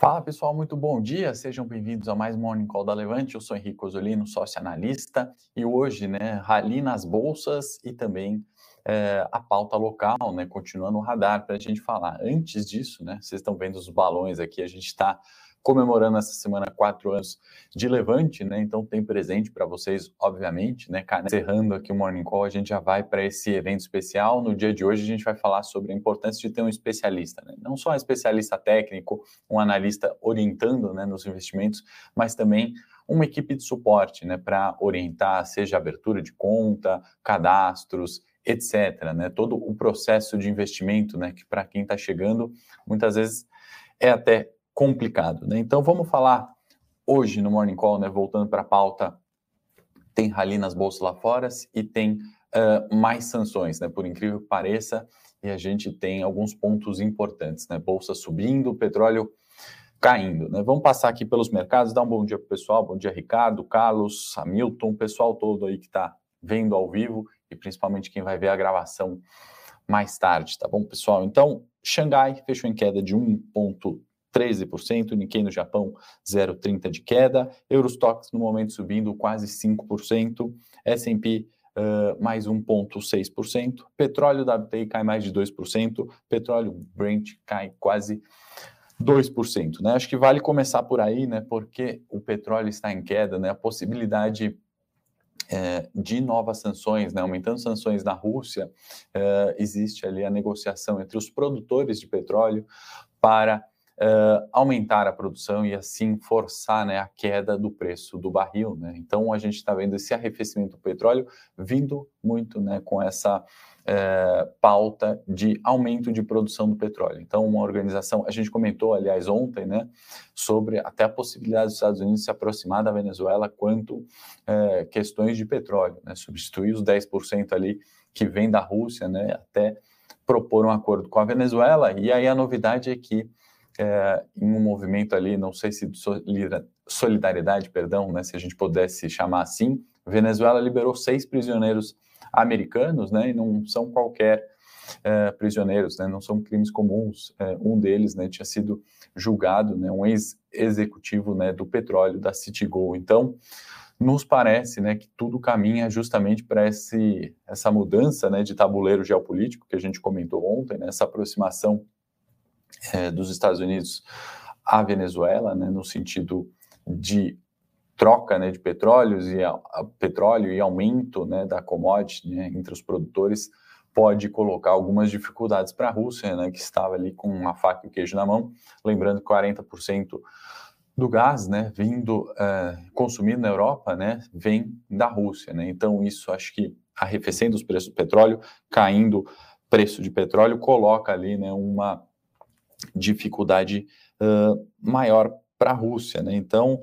Fala pessoal, muito bom dia, sejam bem-vindos a mais um Morning Call da Levante. Eu sou Henrique Osolino, sócio analista, e hoje, rally nas bolsas e também a pauta local, continuando o radar para a gente falar. Antes disso, vocês estão vendo os balões aqui, a gente está comemorando essa semana 4 anos de Levante, então tem presente para vocês, obviamente, encerrando aqui o Morning Call, a gente já vai para esse evento especial. No dia de hoje a gente vai falar sobre a importância de ter um especialista, não só um especialista técnico, um analista orientando nos investimentos, mas também uma equipe de suporte para orientar, seja abertura de conta, cadastros, etc. Todo o processo de investimento, que para quem está chegando, muitas vezes é até complicado. Então vamos falar hoje no Morning Call, voltando para a pauta, tem rally nas bolsas lá fora e tem mais sanções, por incrível que pareça, e a gente tem alguns pontos importantes, bolsa subindo, petróleo caindo, Vamos passar aqui pelos mercados, dar um bom dia para o pessoal, bom dia Ricardo, Carlos, Hamilton, o pessoal todo aí que está vendo ao vivo e principalmente quem vai ver a gravação mais tarde, tá bom, pessoal? Então, Xangai fechou em queda de 1,13%, Nikkei no Japão 0,30% de queda, Eurostoxx no momento subindo quase 5%, S&P mais 1,6%, petróleo WTI cai mais de 2%, petróleo Brent cai quase 2%, Acho que vale começar por aí, porque o petróleo está em queda, a possibilidade de novas sanções, aumentando sanções na Rússia, existe ali a negociação entre os produtores de petróleo para aumentar a produção e assim forçar a queda do preço do barril. Então a gente está vendo esse arrefecimento do petróleo vindo muito com essa pauta de aumento de produção do petróleo. Então uma organização, a gente comentou aliás ontem, sobre até a possibilidade dos Estados Unidos se aproximar da Venezuela quanto questões de petróleo, substituir os 10% ali que vem da Rússia, até propor um acordo com a Venezuela. E aí a novidade é que em um movimento ali, não sei se de solidariedade, perdão, se a gente pudesse chamar assim, Venezuela liberou 6 prisioneiros americanos, e não são qualquer prisioneiros, não são crimes comuns. Um deles tem sido julgado, um ex-executivo do petróleo da Citigold. Então, nos parece que tudo caminha justamente para essa mudança de tabuleiro geopolítico que a gente comentou ontem, essa aproximação dos Estados Unidos à Venezuela, no sentido de troca de petróleos e petróleo e aumento da commodity entre os produtores pode colocar algumas dificuldades para a Rússia, que estava ali com uma faca e o queijo na mão. Lembrando que 40% do gás vindo consumido na Europa vem da Rússia. Então isso acho que arrefecendo os preços do petróleo, caindo o preço de petróleo, coloca ali uma dificuldade maior para a Rússia. Então,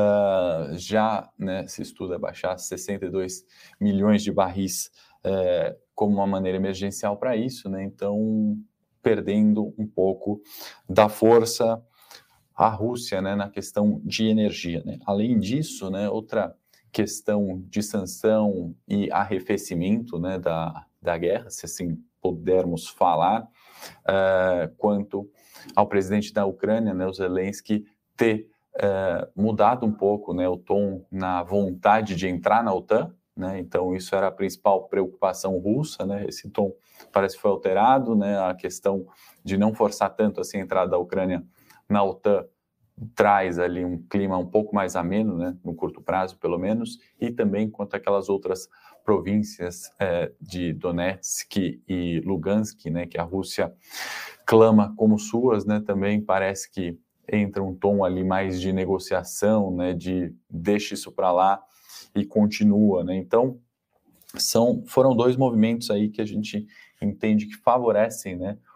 já se estuda baixar 62 milhões de barris como uma maneira emergencial para isso, então perdendo um pouco da força a Rússia na questão de energia. Além disso, outra questão de sanção e arrefecimento da guerra, se assim pudermos falar, quanto ao presidente da Ucrânia, o Zelensky, ter mudado um pouco o tom na vontade de entrar na OTAN. Então isso era a principal preocupação russa, esse tom parece que foi alterado, a questão de não forçar tanto assim a entrada da Ucrânia na OTAN traz ali um clima um pouco mais ameno, no curto prazo pelo menos, e também quanto àquelas outras províncias de Donetsk e Lugansk, que a Rússia clama como suas, também parece que entra um tom ali mais de negociação, de deixa isso para lá e continua, Então, foram 2 movimentos aí que a gente entende que favorecem,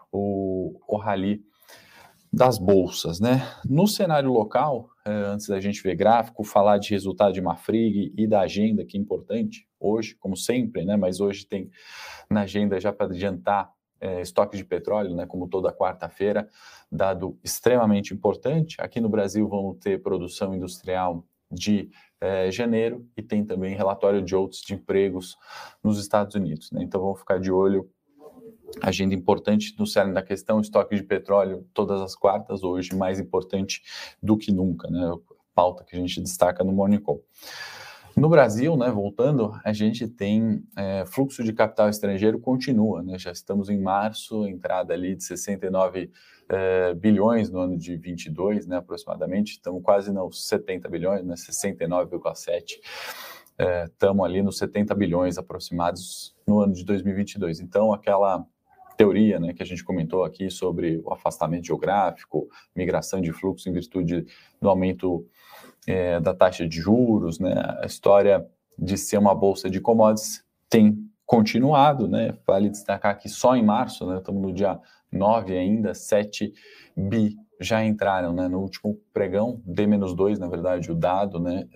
o rally das bolsas, No cenário local, antes da gente ver gráfico, falar de resultado de Marfrig e da agenda, que é importante hoje, como sempre, mas hoje tem na agenda já para adiantar estoque de petróleo, como toda quarta-feira, dado extremamente importante. Aqui no Brasil vamos ter produção industrial de janeiro e tem também relatório de outros de empregos nos Estados Unidos. Então vamos ficar de olho agenda importante no cerne da questão, estoque de petróleo todas as quartas, hoje mais importante do que nunca, né? Pauta que a gente destaca no Morning Call. No Brasil, né, voltando, a gente tem fluxo de capital estrangeiro continua, né? Já estamos em março, entrada ali de 69 bilhões no ano de 22, né, aproximadamente, estamos quase nos 70 bilhões, né, 69,7, estamos ali nos 70 bilhões aproximados no ano de 2022. Então, aquela teoria, né, que a gente comentou aqui sobre o afastamento geográfico, migração de fluxo em virtude do aumento da taxa de juros, né, a história de ser uma bolsa de commodities tem continuado, né, vale destacar que só em março, né, estamos no dia 9 ainda, 7 bi já entraram, né, no último pregão, D-2, na verdade, o dado, né,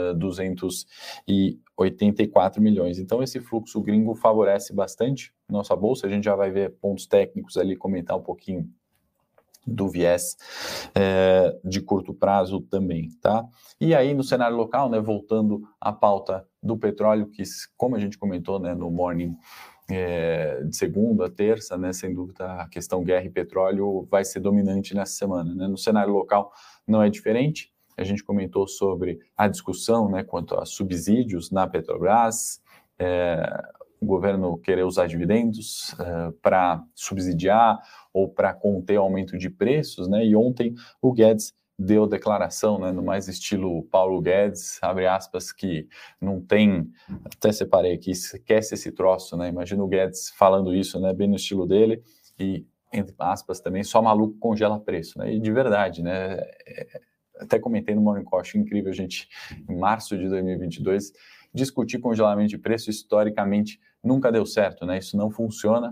284 milhões. Então, esse fluxo gringo favorece bastante nossa bolsa, a gente já vai ver pontos técnicos ali, comentar um pouquinho do viés de curto prazo também, tá? E aí, no cenário local, né, voltando à pauta do petróleo, que, como a gente comentou, né, no morning de segunda, terça, né, sem dúvida a questão guerra e petróleo vai ser dominante nessa semana, né? No cenário local não é diferente, a gente comentou sobre a discussão, né, quanto a subsídios na Petrobras, o governo querer usar dividendos para subsidiar ou para conter o aumento de preços, né? E ontem o Guedes deu declaração, né, no mais estilo Paulo Guedes, abre aspas, que não tem, até separei aqui, esquece esse troço, né? Imagina o Guedes falando isso, né, bem no estilo dele, e entre aspas também, só maluco congela preço, né? E de verdade, né? Até comentei no Morning Call, acho incrível a gente, em março de 2022, discutir congelamento de preço, historicamente nunca deu certo, né? Isso não funciona.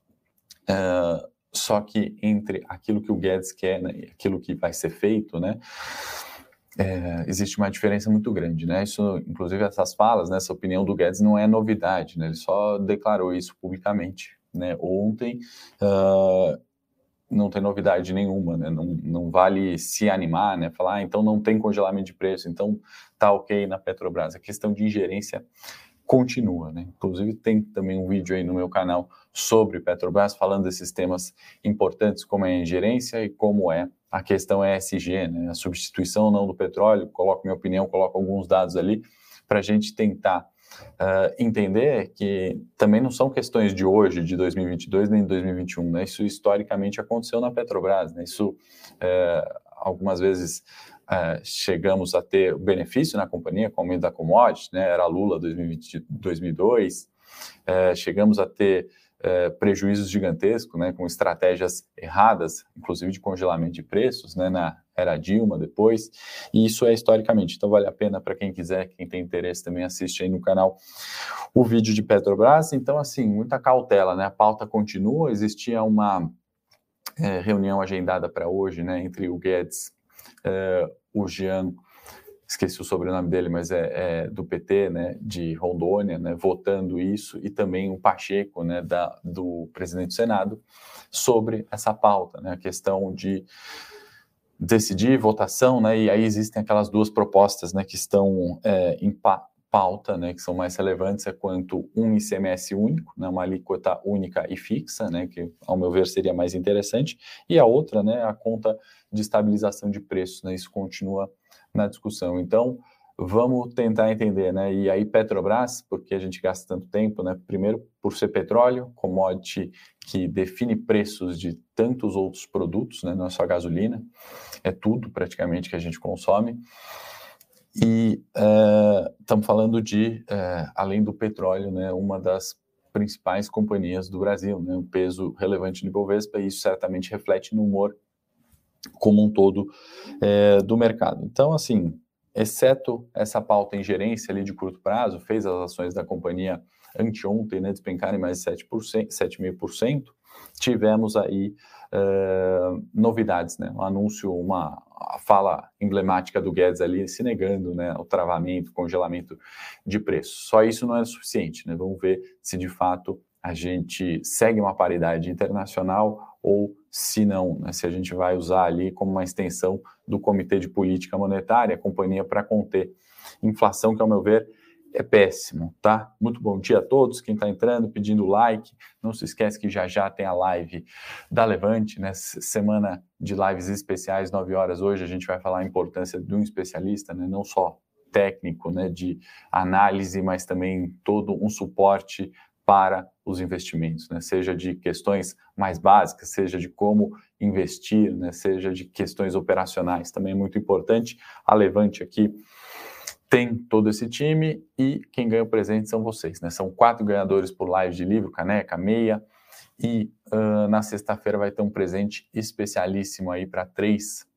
Só que entre aquilo que o Guedes quer, né, e aquilo que vai ser feito, né, existe uma diferença muito grande, né? Isso, inclusive, essas falas, né, essa opinião do Guedes não é novidade, né? Ele só declarou isso publicamente, né? Ontem. Não tem novidade nenhuma, né? Não vale se animar, né? Falar, então não tem congelamento de preço, então tá ok na Petrobras. A questão de ingerência continua, né? Inclusive tem também um vídeo aí no meu canal sobre Petrobras falando desses temas importantes como é a ingerência e como é a questão ESG, né? A substituição ou não do petróleo. Coloco minha opinião, coloco alguns dados ali para a gente tentar entender que também não são questões de hoje, de 2022 nem de 2021, né? Isso historicamente aconteceu na Petrobras, né? Isso algumas vezes chegamos a ter benefício na companhia com o aumento da commodity, né? Era Lula 2002, chegamos a ter prejuízos gigantescos, né? Com estratégias erradas, inclusive de congelamento de preços, né? Na era Dilma depois, e isso é historicamente, então vale a pena para quem quiser, quem tem interesse também assiste aí no canal o vídeo de Petrobras. Então assim, muita cautela, né? A pauta continua, existia uma reunião agendada para hoje, né, entre o Guedes, o Jean, esqueci o sobrenome dele, mas é do PT, né, de Rondônia, né, votando isso, e também o Pacheco, né, do presidente do Senado, sobre essa pauta, né, a questão de decidir votação, né, e aí existem aquelas duas propostas, né, que estão em pauta, né, que são mais relevantes, quanto um ICMS único, né, uma alíquota única e fixa, né, que ao meu ver seria mais interessante, e a outra, né, a conta de estabilização de preços, né, isso continua na discussão. Então, vamos tentar entender, né, e aí Petrobras, porque a gente gasta tanto tempo, né, primeiro por ser petróleo, commodity que define preços de tantos outros produtos, né, não é só gasolina, é tudo praticamente que a gente consome. E estamos falando de, além do petróleo, né, uma das principais companhias do Brasil, né, um peso relevante no Ibovespa, e isso certamente reflete no humor como um todo do mercado. Então, assim, exceto essa pauta em gerência ali de curto prazo, fez as ações da companhia anteontem, né, despencarem mais de 7%, 7,5%, tivemos aí novidades, né, um anúncio, uma fala emblemática do Guedes ali se negando, né, o travamento, congelamento de preços. Só isso não é suficiente, né, vamos ver se de fato a gente segue uma paridade internacional ou se não, né, se a gente vai usar ali como uma extensão do Comitê de Política Monetária, a companhia para conter inflação, que ao meu ver é péssimo, tá? Muito bom dia a todos, quem está entrando, pedindo like, não se esquece que já tem a live da Levante, né? Semana de lives especiais, 9 horas hoje, a gente vai falar a importância de um especialista, né? Não só técnico, né, de análise, mas também todo um suporte para os investimentos, né? Seja de questões mais básicas, seja de como investir, né? Seja de questões operacionais, também é muito importante. A Levante aqui tem todo esse time e quem ganha o presente são vocês, né? São 4 ganhadores por live de livro, caneca, meia, e na sexta-feira vai ter um presente especialíssimo aí para 3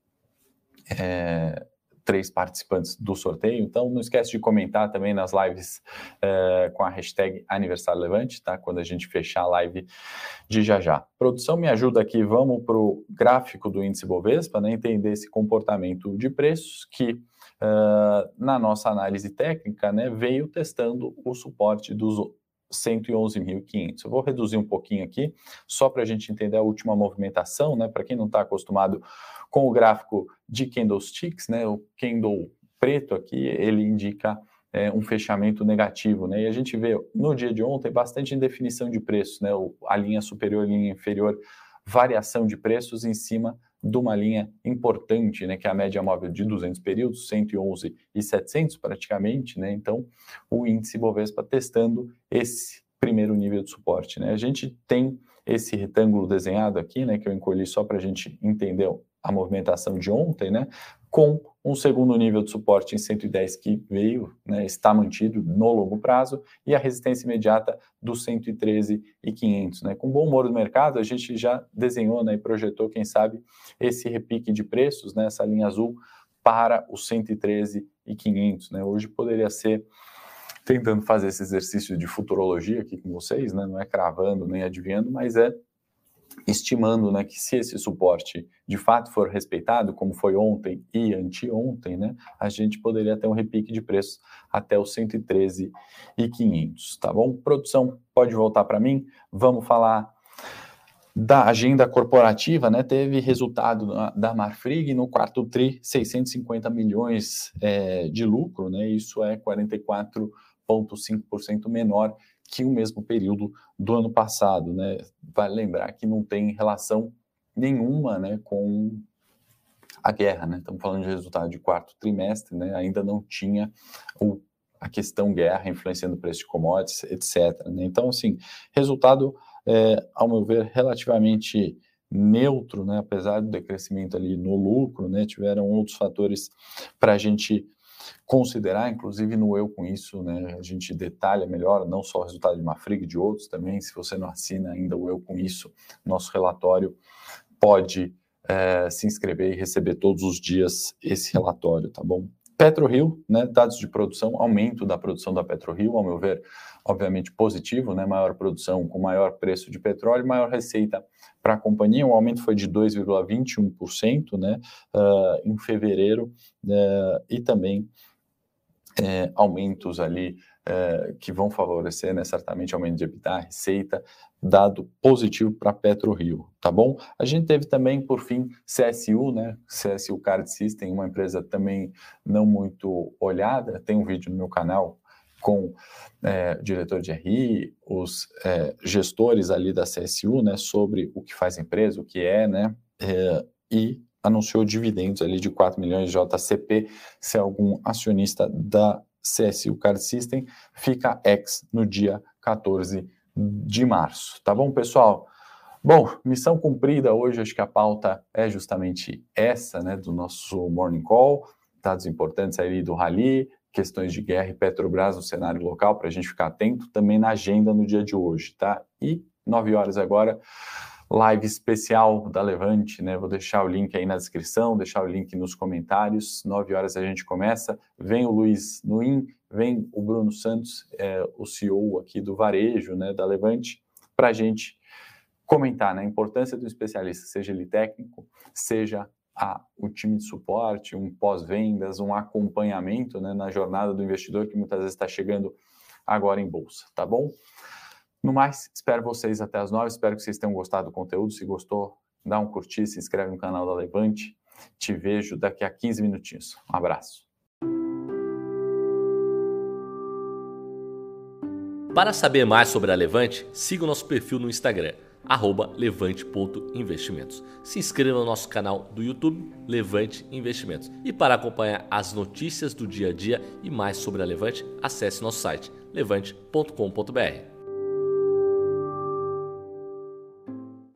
participantes do sorteio. Então, não esquece de comentar também nas lives com a hashtag Aniversário Levante, tá? Quando a gente fechar a live de já. Produção, me ajuda aqui, vamos para o gráfico do índice Bovespa, né? Entender esse comportamento de preços que na nossa análise técnica, né, veio testando o suporte dos 111.500. Eu vou reduzir um pouquinho aqui, só para a gente entender a última movimentação, né? Para quem não está acostumado com o gráfico de candlesticks, né? O candle preto aqui, ele indica um fechamento negativo, né? E a gente vê no dia de ontem bastante indefinição de preços, né? A linha superior e linha inferior, variação de preços em cima de uma linha importante, né, que é a média móvel de 200 períodos, 111.700 praticamente, né? Então, o índice Bovespa testando esse primeiro nível de suporte, né? A gente tem esse retângulo desenhado aqui, né, que eu encolhi só para a gente entender a movimentação de ontem, né, com um segundo nível de suporte em 110 que veio, né, está mantido no longo prazo, e a resistência imediata dos 113.500, né? Com bom humor do mercado, a gente já desenhou, né, e projetou, quem sabe, esse repique de preços, né, essa linha azul, para os 113.500, né? Hoje poderia ser, tentando fazer esse exercício de futurologia aqui com vocês, né, não é cravando nem adivinhando, mas é estimando, né, que se esse suporte de fato for respeitado, como foi ontem e anteontem, né, a gente poderia ter um repique de preços até os 113.500, tá bom? Produção, pode voltar para mim, vamos falar da agenda corporativa, né? Teve resultado da Marfrig no quarto tri, 650 milhões de lucro, né? Isso é 44,5% menor que o mesmo período do ano passado, né? Vale lembrar que não tem relação nenhuma, né, com a guerra, né? Estamos falando de resultado de quarto trimestre, né? Ainda não tinha a questão guerra influenciando o preço de commodities, etc, né? Então, assim, resultado, ao meu ver, relativamente neutro, né? Apesar do decrescimento ali no lucro, né? Tiveram outros fatores para a gente considerar, inclusive no Eu Com Isso, né, a gente detalha melhor, não só o resultado de Marfrig, de outros também. Se você não assina ainda o Eu Com Isso, nosso relatório, pode se inscrever e receber todos os dias esse relatório, tá bom? PetroRio, né, dados de produção, aumento da produção da PetroRio, ao meu ver, obviamente positivo, né, maior produção com maior preço de petróleo, maior receita para a companhia, o aumento foi de 2,21%, né, em fevereiro, e também aumentos ali que vão favorecer, né, certamente aumento de EBITDA, receita, dado positivo para PetroRio, tá bom? A gente teve também, por fim, CSU, né, CSU Card System, uma empresa também não muito olhada, tem um vídeo no meu canal com o diretor de RI, os gestores ali da CSU, né, sobre o que faz a empresa, o que é, né, e anunciou dividendos ali de 4 milhões de JCP, se algum acionista da CSU Card System fica ex no dia 14 de março, tá bom, pessoal? Bom, missão cumprida hoje, acho que a pauta é justamente essa, né, do nosso Morning Call, dados importantes aí do Rally, questões de guerra e Petrobras no cenário local, para a gente ficar atento, também na agenda no dia de hoje, tá? E 9 horas agora, live especial da Levante, né? Vou deixar o link aí na descrição, deixar o link nos comentários. 9 horas a gente começa. Vem o Luiz Nuin, vem o Bruno Santos, o CEO aqui do varejo, né, da Levante, para a gente comentar, né, a importância do especialista, seja ele técnico, seja o time de suporte, um pós-vendas, um acompanhamento, né, na jornada do investidor que muitas vezes está chegando agora em bolsa, tá bom? No mais, espero vocês até as 9, espero que vocês tenham gostado do conteúdo. Se gostou, dá um curtir, se inscreve no canal da Levante. Te vejo daqui a 15 minutinhos. Um abraço. Para saber mais sobre a Levante, siga o nosso perfil no Instagram, @levante.investimentos. Se inscreva no nosso canal do YouTube, Levante Investimentos. E para acompanhar as notícias do dia a dia e mais sobre a Levante, acesse nosso site levante.com.br.